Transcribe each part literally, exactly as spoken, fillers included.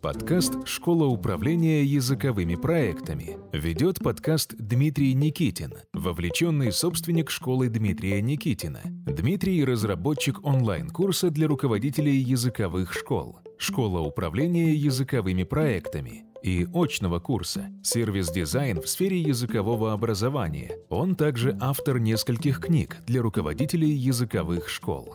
Подкаст «Школа управления языковыми проектами». Ведет подкаст Дмитрий Никитин, вовлеченный собственник школы Дмитрия Никитина. Дмитрий – разработчик онлайн-курса для руководителей языковых школ, «Школа управления языковыми проектами» и очного курса «Сервис-дизайн в сфере языкового образования». Он также автор нескольких книг для руководителей языковых школ.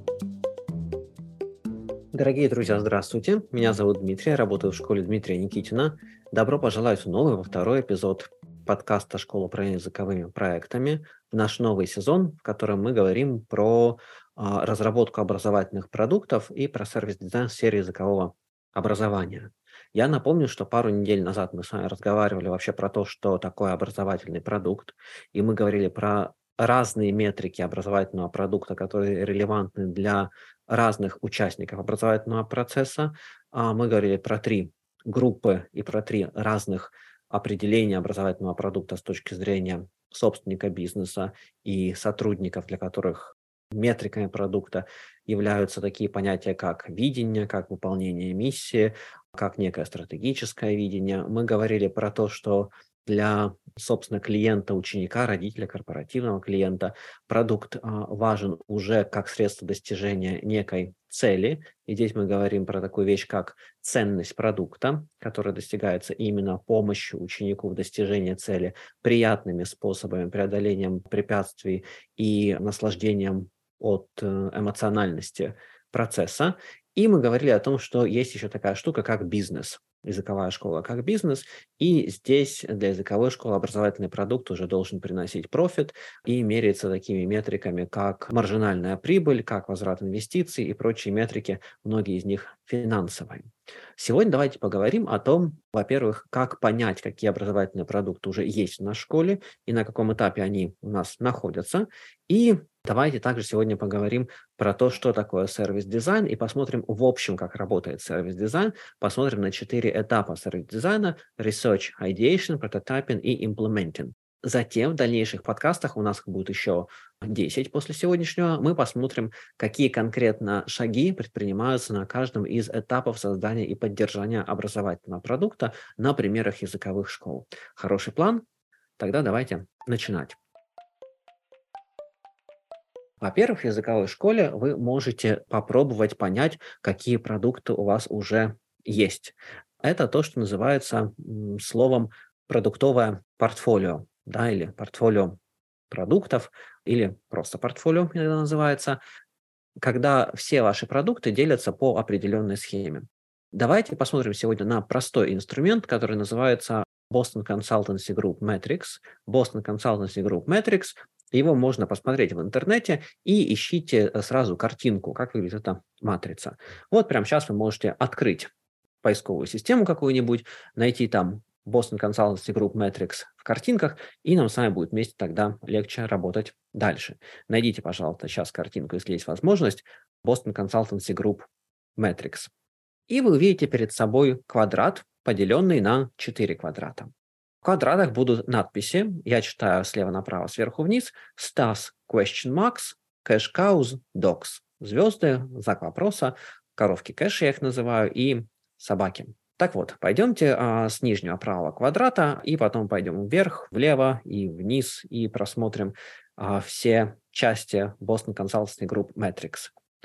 Дорогие друзья, здравствуйте. Меня зовут Дмитрий, я работаю в школе Дмитрия Никитина. Добро пожаловать в новый, во второй эпизод подкаста «Школа управления языковыми проектами». В наш новый сезон, в котором мы говорим про а, разработку образовательных продуктов и про сервис-дизайн в сфере языкового образования. Я напомню, что пару недель назад мы с вами разговаривали вообще про то, что такое образовательный продукт, и мы говорили про разные метрики образовательного продукта, которые релевантны для разных участников образовательного процесса. Мы говорили про три группы и про три разных определения образовательного продукта с точки зрения собственника бизнеса и сотрудников, для которых метриками продукта являются такие понятия, как видение, как выполнение миссии, как некое стратегическое видение. Мы говорили про то, что для, собственно, клиента, ученика, родителя, корпоративного клиента продукт а, важен уже как средство достижения некой цели. И здесь мы говорим про такую вещь, как ценность продукта, которая достигается именно помощью ученику в достижении цели приятными способами, преодолением препятствий и наслаждением от эмоциональности процесса. И мы говорили о том, что есть еще такая штука, как бизнес. Языковая школа как бизнес, и здесь для языковой школы образовательный продукт уже должен приносить профит и меряется такими метриками, как маржинальная прибыль, как возврат инвестиций и прочие метрики, многие из них финансовые. Сегодня давайте поговорим о том, во-первых, как понять, какие образовательные продукты уже есть в нашей школе и на каком этапе они у нас находятся, и давайте также сегодня поговорим про то, что такое сервис-дизайн, и посмотрим в общем, как работает сервис-дизайн, посмотрим на четыре этапа сервис-дизайна: Research, Ideation, Prototyping и Implementing. Затем в дальнейших подкастах, у нас будет еще десять после сегодняшнего, мы посмотрим, какие конкретно шаги предпринимаются на каждом из этапов создания и поддержания образовательного продукта на примерах языковых школ. Хороший план? Тогда давайте начинать. Во-первых, в языковой школе вы можете попробовать понять, какие продукты у вас уже есть. Это то, что называется м, словом продуктовое портфолио, да, или портфолио продуктов, или просто портфолио иногда называется, когда все ваши продукты делятся по определенной схеме. Давайте посмотрим сегодня на простой инструмент, который называется Boston Consultancy Group Metrics. Boston Consultancy Group Metrics. Его можно посмотреть в интернете и ищите сразу картинку, как выглядит эта матрица. Вот прямо сейчас вы можете открыть поисковую систему какую-нибудь, найти там Boston Consultancy Group Metrics в картинках, и нам с вами будет вместе тогда легче работать дальше. Найдите, пожалуйста, сейчас картинку, если есть возможность, Boston Consultancy Group Metrics. И вы увидите перед собой квадрат, поделенный на четыре квадрата. В квадратах будут надписи, я читаю слева направо, сверху вниз: Stars, question marks, cash cows, dogs. Звезды, знак вопроса, коровки кэш я их называю, и собаки. Так вот, пойдемте а, с нижнего правого квадрата, и потом пойдем вверх, влево и вниз, и просмотрим а, все части Boston Consultancy Group Metrics.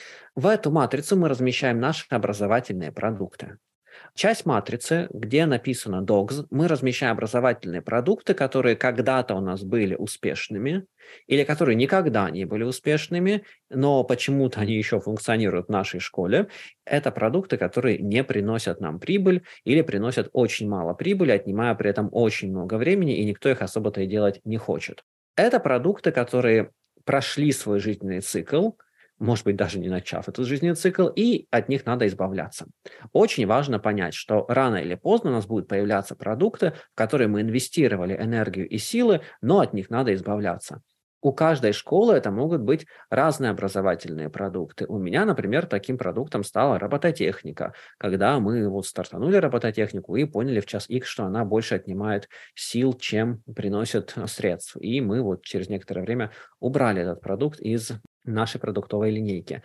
В эту матрицу мы размещаем наши образовательные продукты. Часть матрицы, где написано dogs, мы размещаем образовательные продукты, которые когда-то у нас были успешными или которые никогда не были успешными, но почему-то они еще функционируют в нашей школе. Это продукты, которые не приносят нам прибыль или приносят очень мало прибыли, отнимая при этом очень много времени, и никто их особо-то и делать не хочет. Это продукты, которые прошли свой жизненный цикл, может быть, даже не начав этот жизненный цикл, и от них надо избавляться. Очень важно понять, что рано или поздно у нас будут появляться продукты, в которые мы инвестировали энергию и силы, но от них надо избавляться. У каждой школы это могут быть разные образовательные продукты. У меня, например, таким продуктом стала робототехника, когда мы вот стартанули робототехнику и поняли в час икс, что она больше отнимает сил, чем приносит средств. И мы вот через некоторое время убрали этот продукт из нашей продуктовой линейки.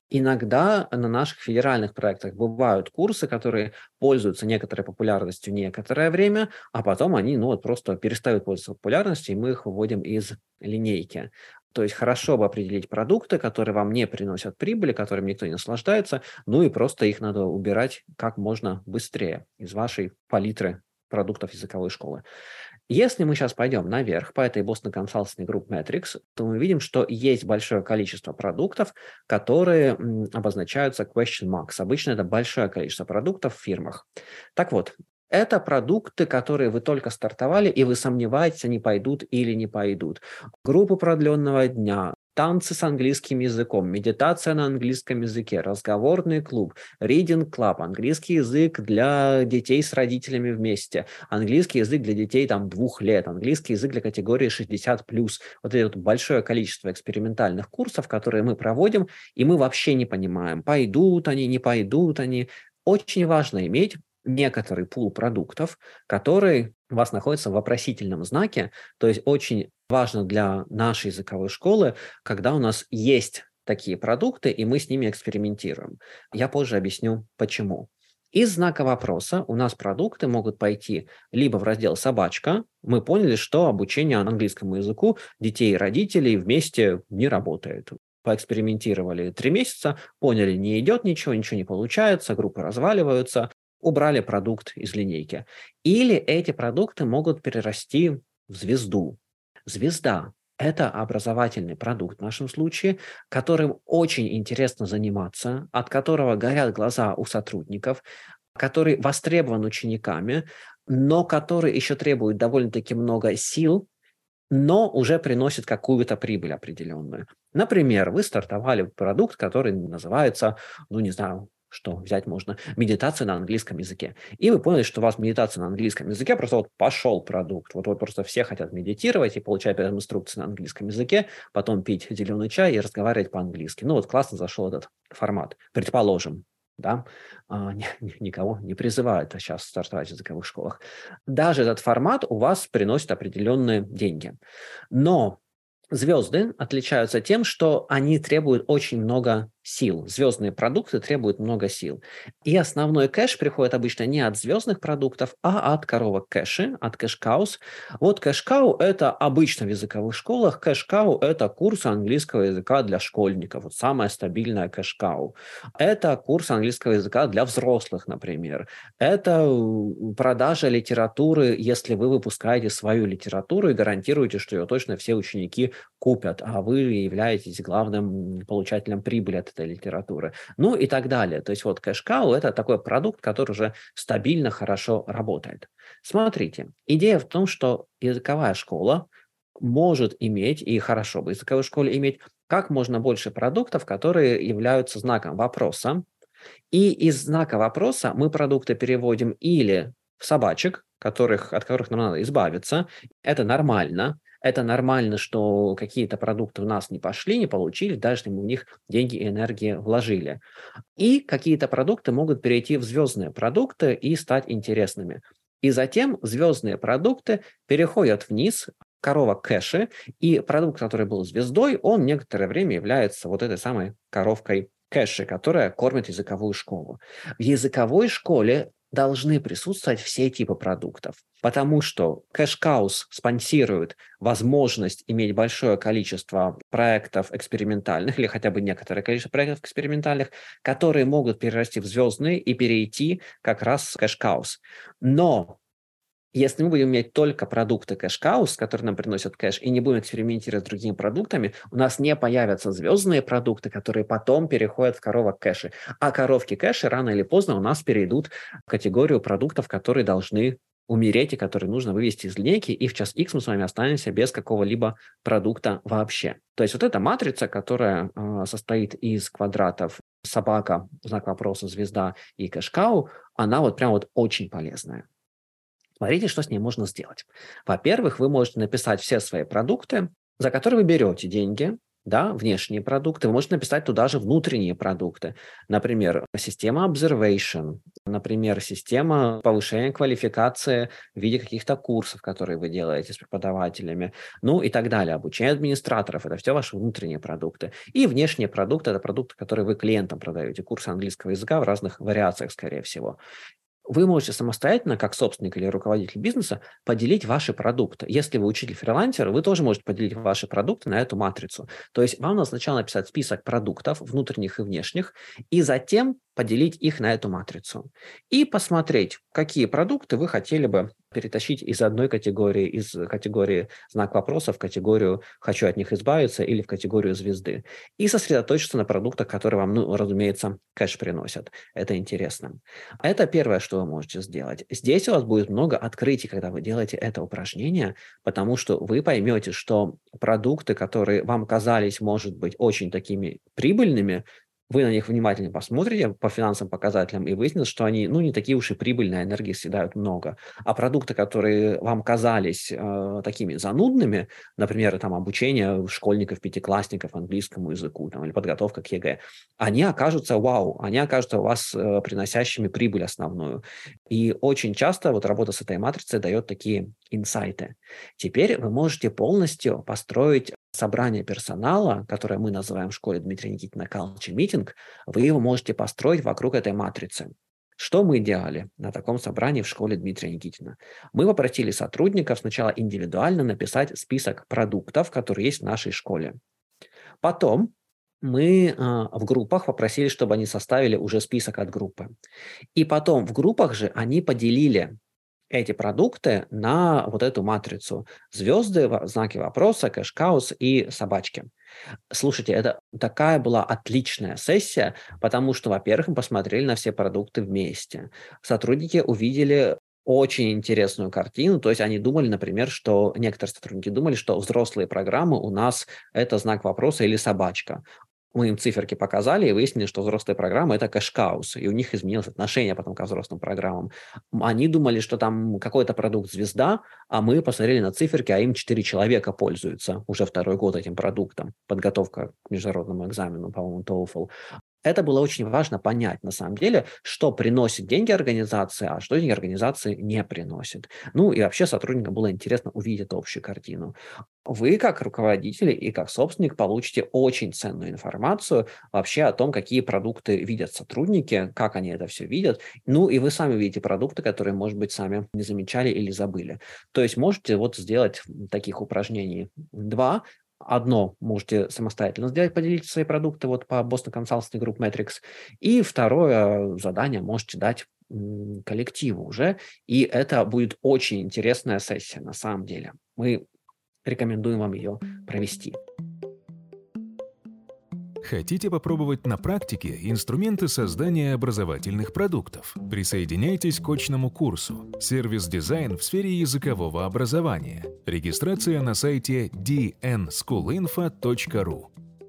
Иногда на наших федеральных проектах бывают курсы, которые пользуются некоторой популярностью некоторое время, а потом они ну, вот просто перестают пользоваться популярностью, и мы их выводим из линейки. То есть хорошо бы определить продукты, которые вам не приносят прибыли, которыми никто не наслаждается, ну и просто их надо убирать как можно быстрее из вашей палитры продуктов языковой школы. Если мы сейчас пойдем наверх по этой Boston Consulting Group Metrics, то мы видим, что есть большое количество продуктов, которые м, обозначаются question marks. Обычно это большое количество продуктов в фирмах. Так вот, это продукты, которые вы только стартовали, и вы сомневаетесь, они пойдут или не пойдут. Группы продленного дня, танцы с английским языком, медитация на английском языке, разговорный клуб, reading club, английский язык для детей с родителями вместе, английский язык для детей там двух лет, английский язык для категории шестьдесят плюс. Вот это вот большое количество экспериментальных курсов, которые мы проводим, и мы вообще не понимаем, пойдут они, не пойдут они. Очень важно иметь некоторый пул продуктов, который у вас находится в вопросительном знаке, то есть очень важно для нашей языковой школы, когда у нас есть такие продукты, и мы с ними экспериментируем. Я позже объясню, почему. Из знака вопроса у нас продукты могут пойти либо в раздел «Собачка». Мы поняли, что обучение английскому языку детей и родителей вместе не работает. Поэкспериментировали три месяца, поняли, не идет ничего, ничего не получается, группы разваливаются, убрали продукт из линейки. Или эти продукты могут перерасти в звезду. Звезда – это образовательный продукт в нашем случае, которым очень интересно заниматься, от которого горят глаза у сотрудников, который востребован учениками, но который еще требует довольно-таки много сил, но уже приносит какую-то прибыль определенную. Например, вы стартовали продукт, который называется, ну не знаю, что взять можно, медитация на английском языке. И вы поняли, что у вас медитация на английском языке, просто вот пошел продукт. Вот, вот просто все хотят медитировать и получать инструкции на английском языке, потом пить зеленый чай и разговаривать по-английски. Ну вот классно зашел этот формат. Предположим, да, а, ни, никого не призывают сейчас стартовать в языковых школах. Даже этот формат у вас приносит определенные деньги. Но звезды отличаются тем, что они требуют очень много сил. Звездные продукты требуют много сил. И основной кэш приходит обычно не от звездных продуктов, а от коровок кэши, от кэш-каус. Вот кэш-кау – это обычно в языковых школах. Кэш-кау – это курс английского языка для школьников. Вот самая стабильная кэш-кау. Это курс английского языка для взрослых, например. Это продажа литературы, если вы выпускаете свою литературу и гарантируете, что ее точно все ученики купят, а вы являетесь главным получателем прибыли от этой литературы. Ну и так далее. То есть вот кэш-кау – это такой продукт, который уже стабильно, хорошо работает. Смотрите, идея в том, что языковая школа может иметь, и хорошо бы языковой школе иметь, как можно больше продуктов, которые являются знаком вопроса. И из знака вопроса мы продукты переводим или в собачек, которых, от которых нам надо избавиться. Это нормально. Это нормально, что какие-то продукты у нас не пошли, не получились, даже если мы в них деньги и энергии вложили. И какие-то продукты могут перейти в звездные продукты и стать интересными. И затем звездные продукты переходят вниз, корова кэши, и продукт, который был звездой, он некоторое время является вот этой самой коровкой кэши, которая кормит языковую школу. В языковой школе должны присутствовать все типы продуктов, потому что кэш-каус спонсирует возможность иметь большое количество проектов экспериментальных или хотя бы некоторое количество проектов экспериментальных, которые могут перерасти в звездные и перейти как раз в кэш-каус. Но если мы будем иметь только продукты кэш-каус, которые нам приносят кэш, и не будем экспериментировать с другими продуктами, у нас не появятся звездные продукты, которые потом переходят в коровок кэши. А коровки кэши рано или поздно у нас перейдут в категорию продуктов, которые должны умереть и которые нужно вывести из линейки, и в час X мы с вами останемся без какого-либо продукта вообще. То есть вот эта матрица, которая э, состоит из квадратов собака, знак вопроса, звезда и кэш-кау, она вот прям вот очень полезная. Смотрите, что с ней можно сделать. Во-первых, вы можете написать все свои продукты, за которые вы берете деньги, да, внешние продукты, вы можете написать туда же внутренние продукты. Например, система observation, например, система повышения квалификации в виде каких-то курсов, которые вы делаете с преподавателями, ну и так далее. Обучение администраторов – это все ваши внутренние продукты. И внешние продукты – это продукты, которые вы клиентам продаете, курсы английского языка в разных вариациях, скорее всего. Вы можете самостоятельно, как собственник или руководитель бизнеса, поделить ваши продукты. Если вы учитель-фрилансер, вы тоже можете поделить ваши продукты на эту матрицу. То есть вам надо сначала написать список продуктов, внутренних и внешних, и затем поделить их на эту матрицу. И посмотреть, какие продукты вы хотели бы перетащить из одной категории, из категории знак вопроса в категорию «хочу от них избавиться» или в категорию звезды. И сосредоточиться на продуктах, которые вам, ну, разумеется, кэш приносят. Это интересно. Это первое, что вы можете сделать. Здесь у вас будет много открытий, когда вы делаете это упражнение, потому что вы поймете, что продукты, которые вам казались, может быть, очень такими прибыльными, вы на них внимательно посмотрите по финансовым показателям и выяснится, что они, ну, не такие уж и прибыльные, энергии съедают много. А продукты, которые вам казались э, такими занудными, например, там, обучение школьников, пятиклассников английскому языку там, или подготовка к ЕГЭ, они окажутся вау, они окажутся у вас э, приносящими прибыль основную. И очень часто вот работа с этой матрицей дает такие инсайты. Теперь вы можете полностью построить собрание персонала, которое мы называем в школе Дмитрия Никитина Culture Meeting, вы его можете построить вокруг этой матрицы. Что мы делали на таком собрании в школе Дмитрия Никитина? Мы попросили сотрудников сначала индивидуально написать список продуктов, которые есть в нашей школе. Потом мы э, в группах попросили, чтобы они составили уже список от группы. И потом в группах же они поделили эти продукты на вот эту матрицу. Звезды, знаки вопроса, кэш-каус и собачки. Слушайте, это такая была отличная сессия, потому что, во-первых, мы посмотрели на все продукты вместе. Сотрудники увидели очень интересную картину, то есть они думали, например, что некоторые сотрудники думали, что взрослые программы у нас это знак вопроса или собачка. Мы им циферки показали и выяснили, что взрослые программы – это кэш-каус, и у них изменилось отношение потом ко взрослым программам. Они думали, что там какой-то продукт звезда, а мы посмотрели на циферки, а им четыре человека пользуются уже второй год этим продуктом. Подготовка к международному экзамену, по-моему, TOEFL. Это было очень важно понять, на самом деле, что приносит деньги организации, а что деньги организации не приносит. Ну и вообще сотрудникам было интересно увидеть эту общую картину. Вы, как руководитель и как собственник, получите очень ценную информацию вообще о том, какие продукты видят сотрудники, как они это все видят. Ну и вы сами видите продукты, которые, может быть, сами не замечали или забыли. То есть можете вот сделать таких упражнений два. Одно можете самостоятельно сделать, поделить свои продукты вот по Boston Consulting Group Metrics. И второе задание можете дать м, коллективу уже. И это будет очень интересная сессия на самом деле. Мы рекомендуем вам ее провести. Хотите попробовать на практике инструменты создания образовательных продуктов? Присоединяйтесь к очному курсу «Сервис-дизайн в сфере языкового образования». Регистрация на сайте ди эн скулинфо точка ру.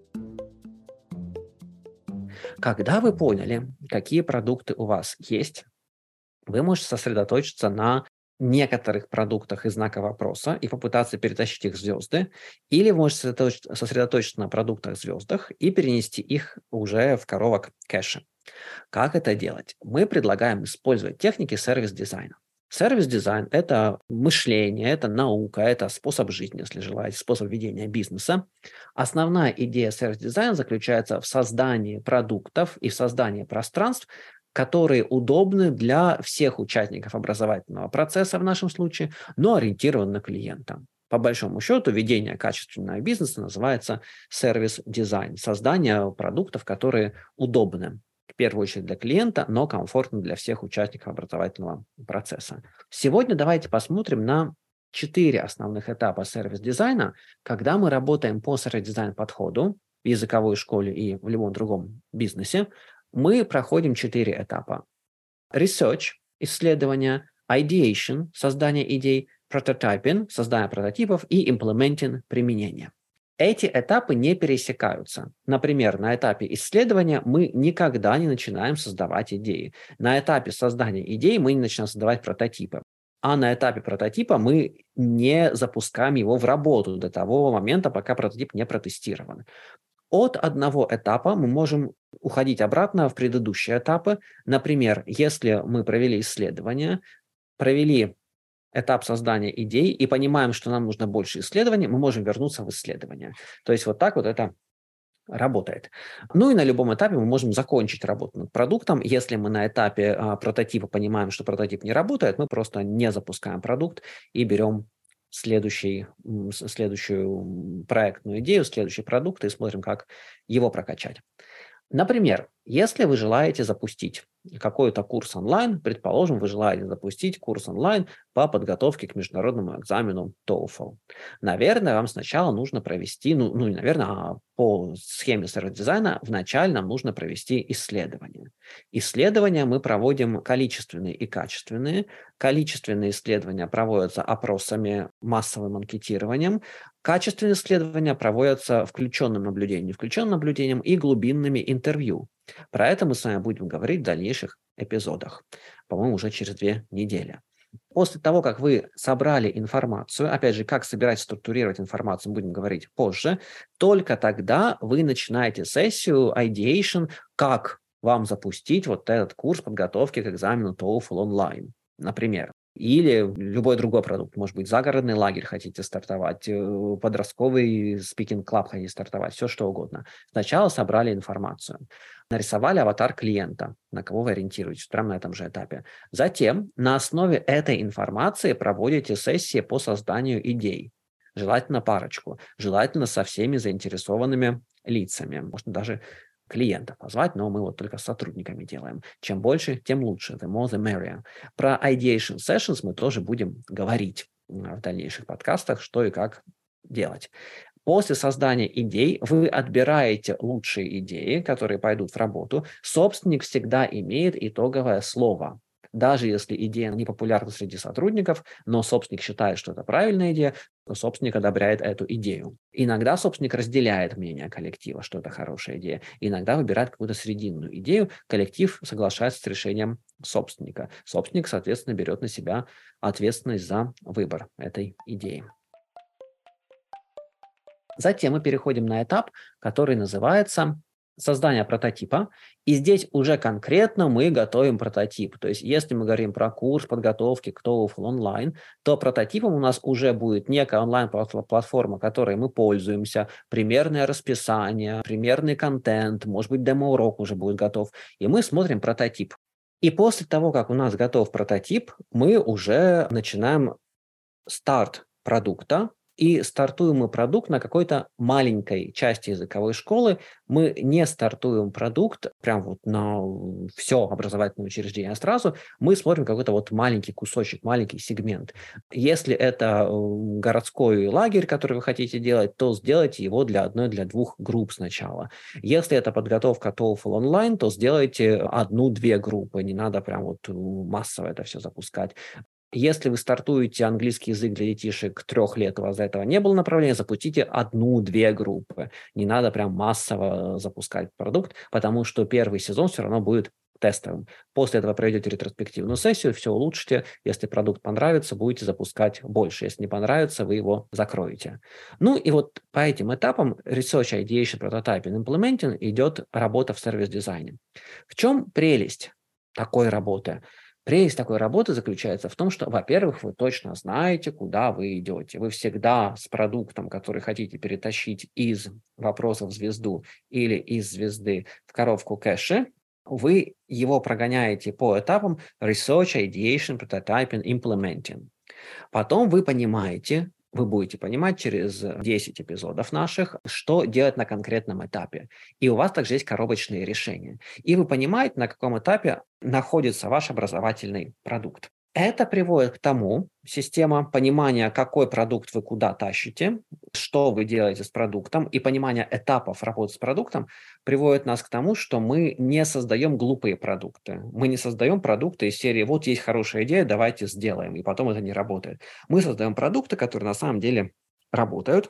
Когда вы поняли, какие продукты у вас есть, вы можете сосредоточиться на некоторых продуктах из знака вопроса и попытаться перетащить их в звезды, или вы можете сосредоточиться, сосредоточиться на продуктах-звездах и перенести их уже в коробок кэша. Как это делать? Мы предлагаем использовать техники сервис-дизайна. Сервис-дизайн – это мышление, это наука, это способ жизни, если желаете, способ ведения бизнеса. Основная идея сервис-дизайна заключается в создании продуктов и в создании пространств, которые удобны для всех участников образовательного процесса в нашем случае, но ориентированы на клиента. По большому счету, ведение качественного бизнеса называется сервис-дизайн, создание продуктов, которые удобны, в первую очередь для клиента, но комфортны для всех участников образовательного процесса. Сегодня давайте посмотрим на четыре основных этапа сервис-дизайна, когда мы работаем по сервис-дизайн-подходу в языковой школе и в любом другом бизнесе. Мы проходим четыре этапа. Research – исследование, ideation – создание идей, prototyping – создание прототипов и implementing – применение. Эти этапы не пересекаются. Например, на этапе исследования мы никогда не начинаем создавать идеи. На этапе создания идей мы не начинаем создавать прототипы. а на этапе прототипа мы не запускаем его в работу до того момента, пока прототип не протестирован. От одного этапа мы можем уходить обратно в предыдущие этапы. Например, если мы провели исследование, провели этап создания идей и понимаем, что нам нужно больше исследований, мы можем вернуться в исследование. То есть вот так вот это работает. Ну и на любом этапе мы можем закончить работу над продуктом. Если мы на этапе а, прототипа понимаем, что прототип не работает, мы просто не запускаем продукт и берем следующий, м, с- следующую м, проектную идею, следующий продукт и смотрим, как его прокачать. Например, если вы желаете запустить какой-то курс онлайн, предположим, вы желаете запустить курс онлайн по подготовке к международному экзамену TOEFL. Наверное, вам сначала нужно провести, ну, ну не наверное, а по схеме сервис-дизайна вначале нам нужно провести исследование. Исследования мы проводим количественные и качественные. Количественные исследования проводятся опросами, массовым анкетированием. Качественные исследования проводятся включенным наблюдением, включенным наблюдением и глубинными интервью. Про это мы с вами будем говорить в дальнейших эпизодах, по-моему, уже через две недели. После того, как вы собрали информацию, опять же, как собирать, структурировать информацию, будем говорить позже, только тогда вы начинаете сессию ideation, как вам запустить вот этот курс подготовки к экзамену TOEFL онлайн, например. Или любой другой продукт. Может быть, загородный лагерь хотите стартовать, э, подростковый спикинг-клаб хотите стартовать, все что угодно. Сначала собрали информацию, нарисовали аватар клиента, на кого вы ориентируетесь, прямо на этом же этапе. Затем на основе этой информации проводите сессии по созданию идей. Желательно парочку, желательно со всеми заинтересованными лицами. Можно даже клиента позвать, но мы вот только с сотрудниками делаем. Чем больше, тем лучше. The more, the merrier. Про ideation sessions мы тоже будем говорить в дальнейших подкастах, что и как делать. После создания идей вы отбираете лучшие идеи, которые пойдут в работу. Собственник всегда имеет итоговое слово. Даже если идея не популярна среди сотрудников, но собственник считает, что это правильная идея, то собственник одобряет эту идею. Иногда собственник разделяет мнение коллектива, что это хорошая идея. Иногда выбирает какую-то срединную идею. Коллектив соглашается с решением собственника. Собственник, соответственно, берет на себя ответственность за выбор этой идеи. Затем мы переходим на этап, который называется создание прототипа. И здесь уже конкретно мы готовим прототип. То есть если мы говорим про курс подготовки к TOEFL онлайн, то прототипом у нас уже будет некая онлайн-платформа, которой мы пользуемся, примерное расписание, примерный контент, может быть, демо-урок уже будет готов. И мы смотрим прототип. И после того, как у нас готов прототип, мы уже начинаем старт продукта, и стартуем мы продукт на какой-то маленькой части языковой школы. Мы не стартуем продукт прям вот на все образовательное учреждение сразу. Мы смотрим какой-то вот маленький кусочек, маленький сегмент. Если это городской лагерь, который вы хотите делать, то сделайте его для одной, для двух групп сначала. Если это подготовка TOEFL онлайн, то сделайте одну-две группы. Не надо прям вот массово это все запускать. Если вы стартуете английский язык для детишек трех лет, у вас до этого не было направления, запустите одну-две группы. Не надо прям массово запускать продукт, потому что первый сезон все равно будет тестовым. После этого проведете ретроспективную сессию, все улучшите. Если продукт понравится, будете запускать больше. Если не понравится, вы его закроете. Ну и вот по этим этапам Research, Ideation, Prototyping, Implementing идет работа в сервис-дизайне. В чем прелесть такой работы? Прелесть такой работы заключается в том, что, во-первых, вы точно знаете, куда вы идете. Вы всегда с продуктом, который хотите перетащить из вопросов в звезду или из звезды в коробку кэши, вы его прогоняете по этапам Research, Ideation, Prototyping, Implementing. Потом вы понимаете, вы будете понимать через десять эпизодов наших, что делать на конкретном этапе. И у вас также есть коробочные решения. И вы понимаете, на каком этапе находится ваш образовательный продукт. Это приводит к тому, система понимания, какой продукт вы куда тащите, что вы делаете с продуктом, и понимание этапов работы с продуктом приводит нас к тому, что мы не создаем глупые продукты. Мы не создаем продукты из серии «вот есть хорошая идея, давайте сделаем», и потом это не работает. Мы создаем продукты, которые на самом деле работают,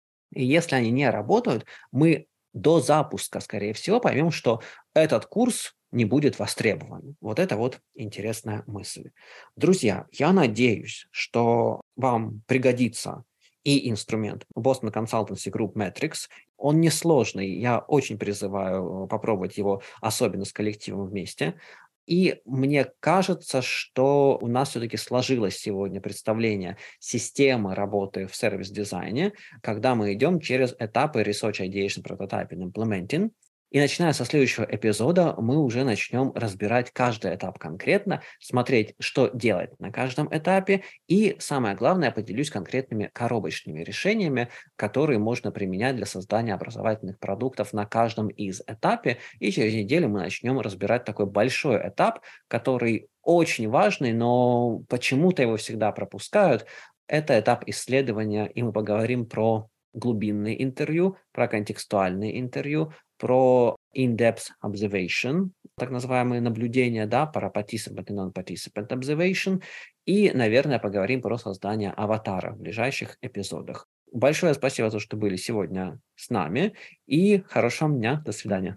и если они не работают, мы до запуска, скорее всего, поймем, что этот курс не будет востребован. Вот это вот интересная мысль. Друзья, я надеюсь, что вам пригодится и инструмент Boston Consultancy Group Metrics. Он несложный, я очень призываю попробовать его, особенно с коллективом вместе. И мне кажется, что у нас все-таки сложилось сегодня представление системы работы в сервис-дизайне, когда мы идем через этапы Research, Ideation, Prototyping, Implementing. И начиная со следующего эпизода мы уже начнем разбирать каждый этап конкретно, смотреть, что делать на каждом этапе, и самое главное, поделюсь конкретными коробочными решениями, которые можно применять для создания образовательных продуктов на каждом из этапов. И через неделю мы начнем разбирать такой большой этап, который очень важный, но почему-то его всегда пропускают. Это этап исследования, и мы поговорим про глубинные интервью, про контекстуальные интервью, про in-depth observation, так называемые наблюдения, да, про participant и non-participant observation, и, наверное, поговорим про создание аватара в ближайших эпизодах. Большое спасибо за то, что были сегодня с нами, и хорошего дня, до свидания.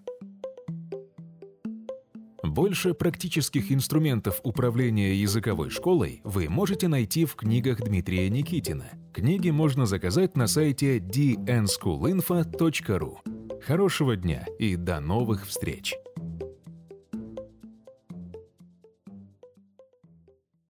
Больше практических инструментов управления языковой школой вы можете найти в книгах Дмитрия Никитина. Книги можно заказать на сайте ди эн скул инфо точка ру. Хорошего дня и до новых встреч!